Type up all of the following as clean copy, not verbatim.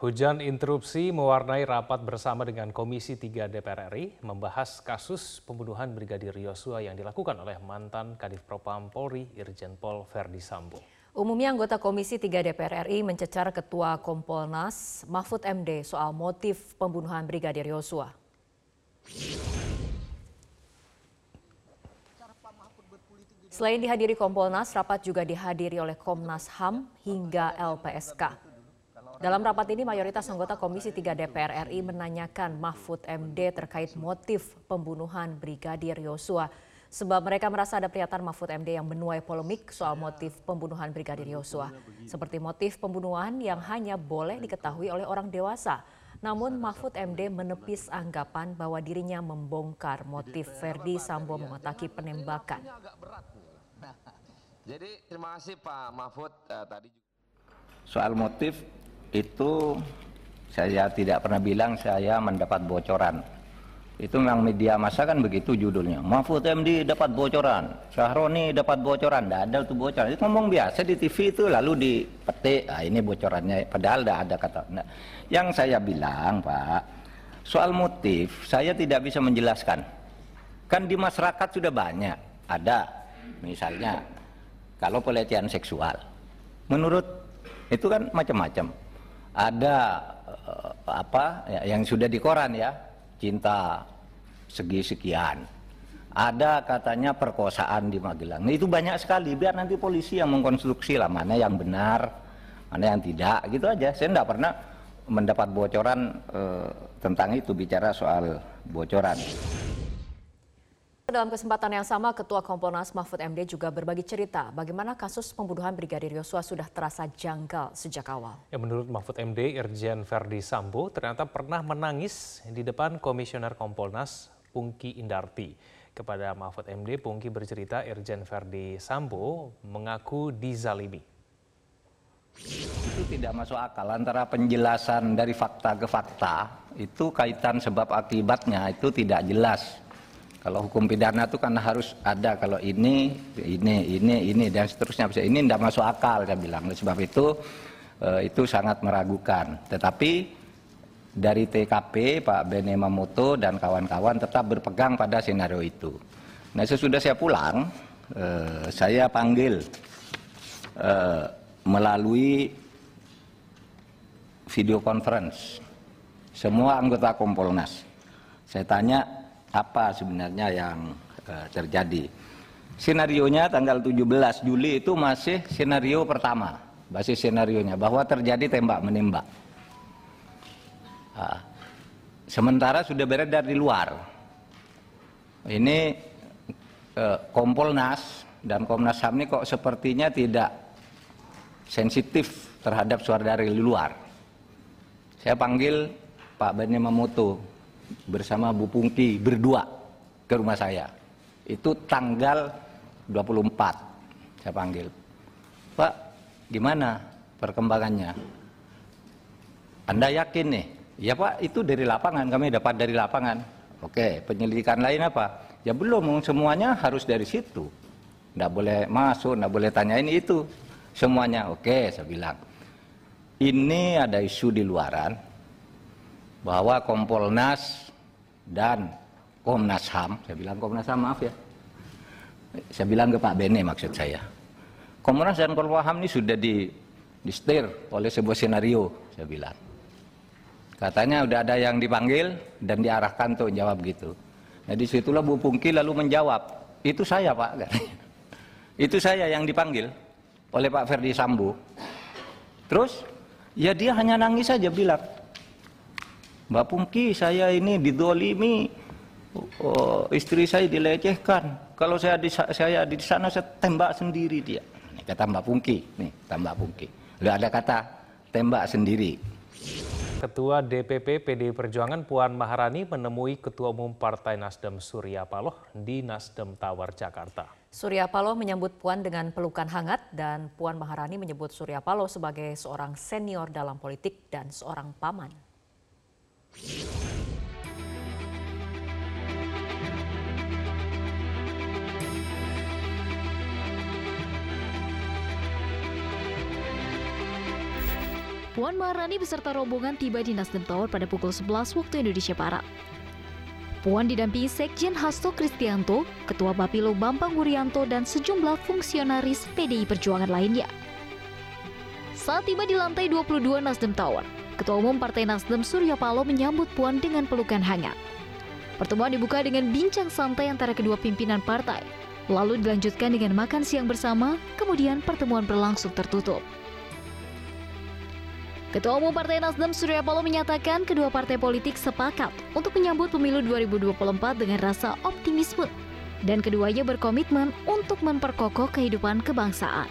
Hujan interupsi mewarnai rapat bersama dengan Komisi 3 DPR RI membahas kasus pembunuhan Brigadir Yosua yang dilakukan oleh mantan Kadif Propam Polri Irjen Pol Verdi Sambo. Umumnya anggota Komisi 3 DPR RI mencecar Ketua Kompolnas Mahfud MD soal motif pembunuhan Brigadir Yosua. Selain dihadiri Kompolnas, rapat juga dihadiri oleh Komnas HAM hingga LPSK. Dalam rapat ini, mayoritas anggota Komisi 3 DPR RI menanyakan Mahfud MD terkait motif pembunuhan Brigadir Yosua. Sebab mereka merasa ada pernyataan Mahfud MD yang menuai polemik soal motif pembunuhan Brigadir Yosua. Seperti motif pembunuhan yang hanya boleh diketahui oleh orang dewasa. Namun Mahfud MD menepis anggapan bahwa dirinya membongkar motif Verdi Sambo mengontaki penembakan. Jadi terima kasih Pak Mahfud tadi. Soal motif itu saya tidak pernah bilang saya mendapat bocoran. Itu memang media massa kan begitu judulnya. Mahfud MD dapat bocoran, Syahroni dapat bocoran. Tidak ada itu bocoran. Itu ngomong biasa di TV itu lalu dipetik. Ini bocorannya. Padahal tidak ada kata. Nah, yang saya bilang Pak, soal motif saya tidak bisa menjelaskan. Kan di masyarakat sudah banyak. Ada misalnya kalau pelecehan seksual. Menurut itu kan macam-macam. Ada yang sudah di koran ya, cinta segi sekian. Ada katanya perkosaan di Magelang. Nah, itu banyak sekali. Biar nanti polisi yang mengkonstruksi lah mana yang benar, mana yang tidak. Gitu aja. Saya tidak pernah mendapat bocoran tentang itu, bicara soal bocoran. Dalam kesempatan yang sama, Ketua Kompolnas Mahfud MD juga berbagi cerita bagaimana kasus pembunuhan Brigadir Yosua sudah terasa janggal sejak awal. Ya, menurut Mahfud MD, Irjen Verdi Sambo ternyata pernah menangis di depan Komisioner Kompolnas Pungki Indarti. Kepada Mahfud MD, Pungki bercerita Irjen Verdi Sambo mengaku dizalimi. Itu tidak masuk akal antara penjelasan dari fakta ke fakta, itu kaitan sebab akibatnya itu tidak jelas. Kalau hukum pidana itu kan harus ada, kalau ini dan seterusnya. Ini tidak masuk akal, saya bilang. Sebab itu sangat meragukan. Tetapi dari TKP Pak Bene Mamoto dan kawan-kawan tetap berpegang pada skenario itu. Nah, sesudah saya pulang, saya panggil melalui video conference semua anggota Kompolnas. Saya tanya, apa sebenarnya yang terjadi. Skenarionya tanggal 17 Juli itu masih skenario pertama, basis skenarionya bahwa terjadi tembak-menembak. Sementara sudah beredar di luar. Ini Kompolnas dan Komnas HAM ini kok sepertinya tidak sensitif terhadap suara dari luar. Saya panggil Pak Bene Mamoto bersama Bu Pungki berdua ke rumah saya. Itu tanggal 24 saya panggil. Pak, gimana perkembangannya? Anda yakin nih? Ya Pak, itu dari lapangan, kami dapat dari lapangan. Oke, penyelidikan lain apa? Ya belum, semuanya harus dari situ. Nggak boleh masuk, nggak boleh tanyain itu. Semuanya, oke saya bilang. Ini ada isu di luaran, bahwa Kompolnas dan Komnas HAM, saya bilang Komnas HAM, maaf ya, saya bilang ke Pak Bene maksud saya, Komnas dan Komnas HAM ini sudah disetir oleh sebuah skenario, saya bilang. Katanya udah ada yang dipanggil dan diarahkan untuk jawab gitu. Nah disitulah Bu Pungki lalu menjawab, itu saya Pak, itu saya yang dipanggil oleh Pak Verdi Sambo. Terus ya dia hanya nangis saja bilang, Mbak Pungki, saya ini didolimi, istri saya dilecehkan. Kalau saya di sana saya tembak sendiri dia. Ini kata Mbak Pungki, nih kata Mbak Pungki. Nggak ada kata tembak sendiri. Ketua DPP PDI Perjuangan Puan Maharani menemui Ketua Umum Partai Nasdem Surya Paloh di Nasdem Tower, Jakarta. Surya Paloh menyambut Puan dengan pelukan hangat dan Puan Maharani menyebut Surya Paloh sebagai seorang senior dalam politik dan seorang paman. Puan Maharani beserta rombongan tiba di Nasdem Tower pada pukul 11 waktu Indonesia Barat. Puan didampingi Sekjen Hasto Kristianto, Ketua Bapilo Bambang Wuryanto, dan sejumlah fungsionaris PDI Perjuangan lainnya. Saat tiba di lantai 22 Nasdem Tower, Ketua Umum Partai Nasdem Surya Paloh menyambut Puan dengan pelukan hangat. Pertemuan dibuka dengan bincang santai antara kedua pimpinan partai, lalu dilanjutkan dengan makan siang bersama, kemudian pertemuan berlangsung tertutup. Ketua Umum Partai Nasdem Surya Paloh menyatakan kedua partai politik sepakat untuk menyambut pemilu 2024 dengan rasa optimisme dan keduanya berkomitmen untuk memperkokoh kehidupan kebangsaan.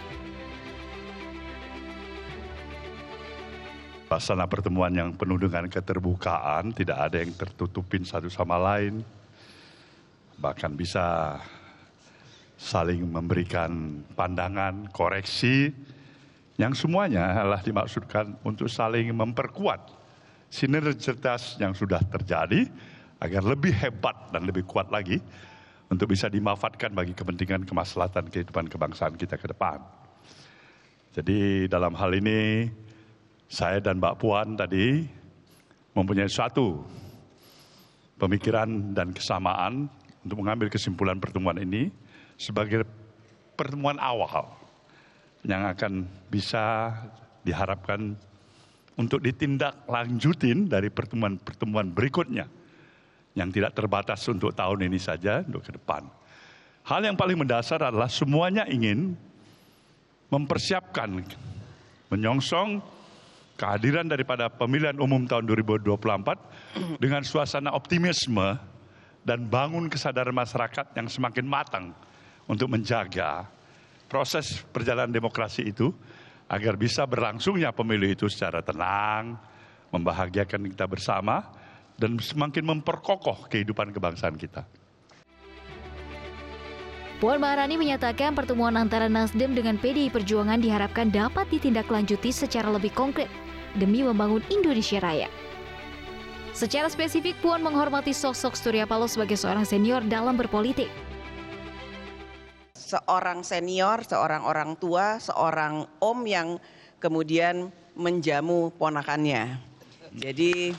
Suasana pertemuan yang penuh dengan keterbukaan, tidak ada yang tertutupin satu sama lain, bahkan bisa saling memberikan pandangan, koreksi, yang semuanya adalah dimaksudkan untuk saling memperkuat sinergitas yang sudah terjadi agar lebih hebat dan lebih kuat lagi untuk bisa dimanfaatkan bagi kepentingan kemaslahatan kehidupan kebangsaan kita ke depan. Jadi dalam hal ini saya dan Mbak Puan tadi mempunyai suatu pemikiran dan kesamaan untuk mengambil kesimpulan pertemuan ini sebagai pertemuan awal yang akan bisa diharapkan untuk ditindaklanjutin dari pertemuan-pertemuan berikutnya yang tidak terbatas untuk tahun ini saja, untuk ke depan. Hal yang paling mendasar adalah semuanya ingin mempersiapkan, menyongsong kehadiran daripada pemilihan umum tahun 2024 dengan suasana optimisme dan bangun kesadaran masyarakat yang semakin matang untuk menjaga proses perjalanan demokrasi itu agar bisa berlangsungnya pemilu itu secara tenang, membahagiakan kita bersama, dan semakin memperkokoh kehidupan kebangsaan kita. Puan Maharani menyatakan pertemuan antara Nasdem dengan PDI Perjuangan diharapkan dapat ditindaklanjuti secara lebih konkret demi membangun Indonesia Raya. Secara spesifik, Puan menghormati sosok Surya Paloh sebagai seorang senior dalam berpolitik. Seorang senior, seorang orang tua, seorang om yang kemudian menjamu ponakannya. Jadi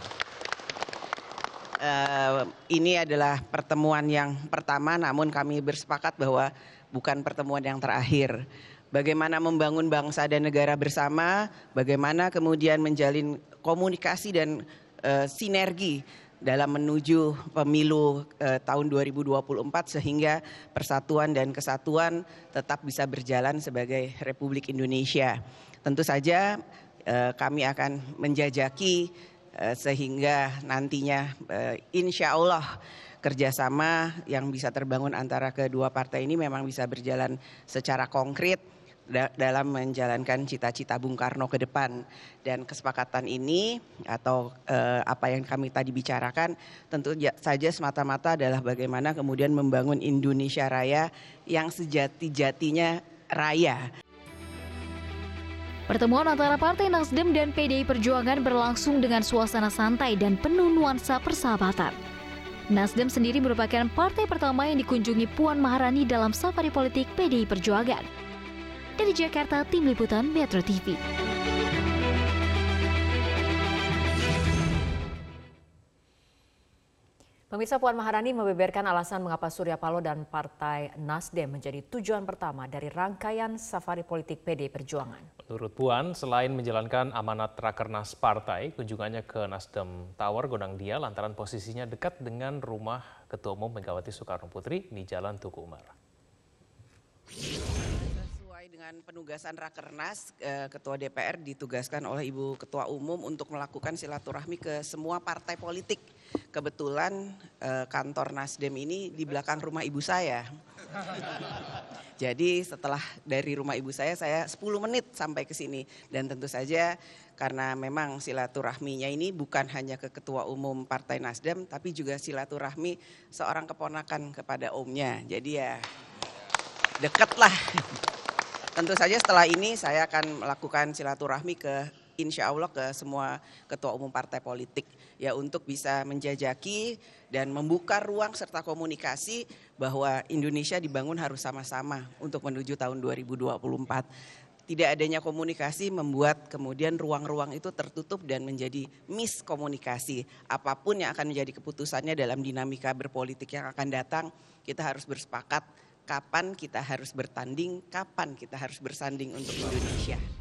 ini adalah pertemuan yang pertama, namun kami bersepakat bahwa bukan pertemuan yang terakhir. Bagaimana membangun bangsa dan negara bersama, bagaimana kemudian menjalin komunikasi dan sinergi dalam menuju pemilu tahun 2024 sehingga persatuan dan kesatuan tetap bisa berjalan sebagai Republik Indonesia. Tentu saja kami akan menjajaki sehingga nantinya insya Allah kerjasama yang bisa terbangun antara kedua partai ini memang bisa berjalan secara konkret dalam menjalankan cita-cita Bung Karno ke depan. Dan kesepakatan ini atau apa yang kami tadi bicarakan tentu saja semata-mata adalah bagaimana kemudian membangun Indonesia Raya yang sejati-jatinya raya. Pertemuan antara Partai Nasdem dan PDI Perjuangan berlangsung dengan suasana santai dan penuh nuansa persahabatan. Nasdem sendiri merupakan partai pertama yang dikunjungi Puan Maharani dalam safari politik PDI Perjuangan. Dari Jakarta, Tim Liputan Metro TV. Pemirsa, Puan Maharani membeberkan alasan mengapa Surya Paloh dan Partai Nasdem menjadi tujuan pertama dari rangkaian safari politik PDI Perjuangan. Menurut Puan, selain menjalankan amanat Rakernas Partai, kunjungannya ke Nasdem Tower Gondangdia lantaran posisinya dekat dengan rumah Ketua Umum Megawati Soekarno Putri di Jalan Tugu Umar. Dengan penugasan Rakernas, Ketua DPR ditugaskan oleh Ibu Ketua Umum untuk melakukan silaturahmi ke semua partai politik. Kebetulan kantor Nasdem ini di belakang rumah ibu saya. Jadi setelah dari rumah ibu saya 10 menit sampai ke sini. Dan tentu saja karena memang silaturahminya ini bukan hanya ke Ketua Umum Partai Nasdem, tapi juga silaturahmi seorang keponakan kepada omnya. Jadi ya deket lah. Tentu saja setelah ini saya akan melakukan silaturahmi insya Allah ke semua ketua umum partai politik ya untuk bisa menjajaki dan membuka ruang serta komunikasi bahwa Indonesia dibangun harus sama-sama untuk menuju tahun 2024. tidak adanya komunikasi membuat kemudian ruang-ruang itu tertutup dan menjadi miskomunikasi. Apapun yang akan menjadi keputusannya dalam dinamika berpolitik yang akan datang, kita harus bersepakat kapan kita harus bertanding, kapan kita harus bersanding untuk Indonesia.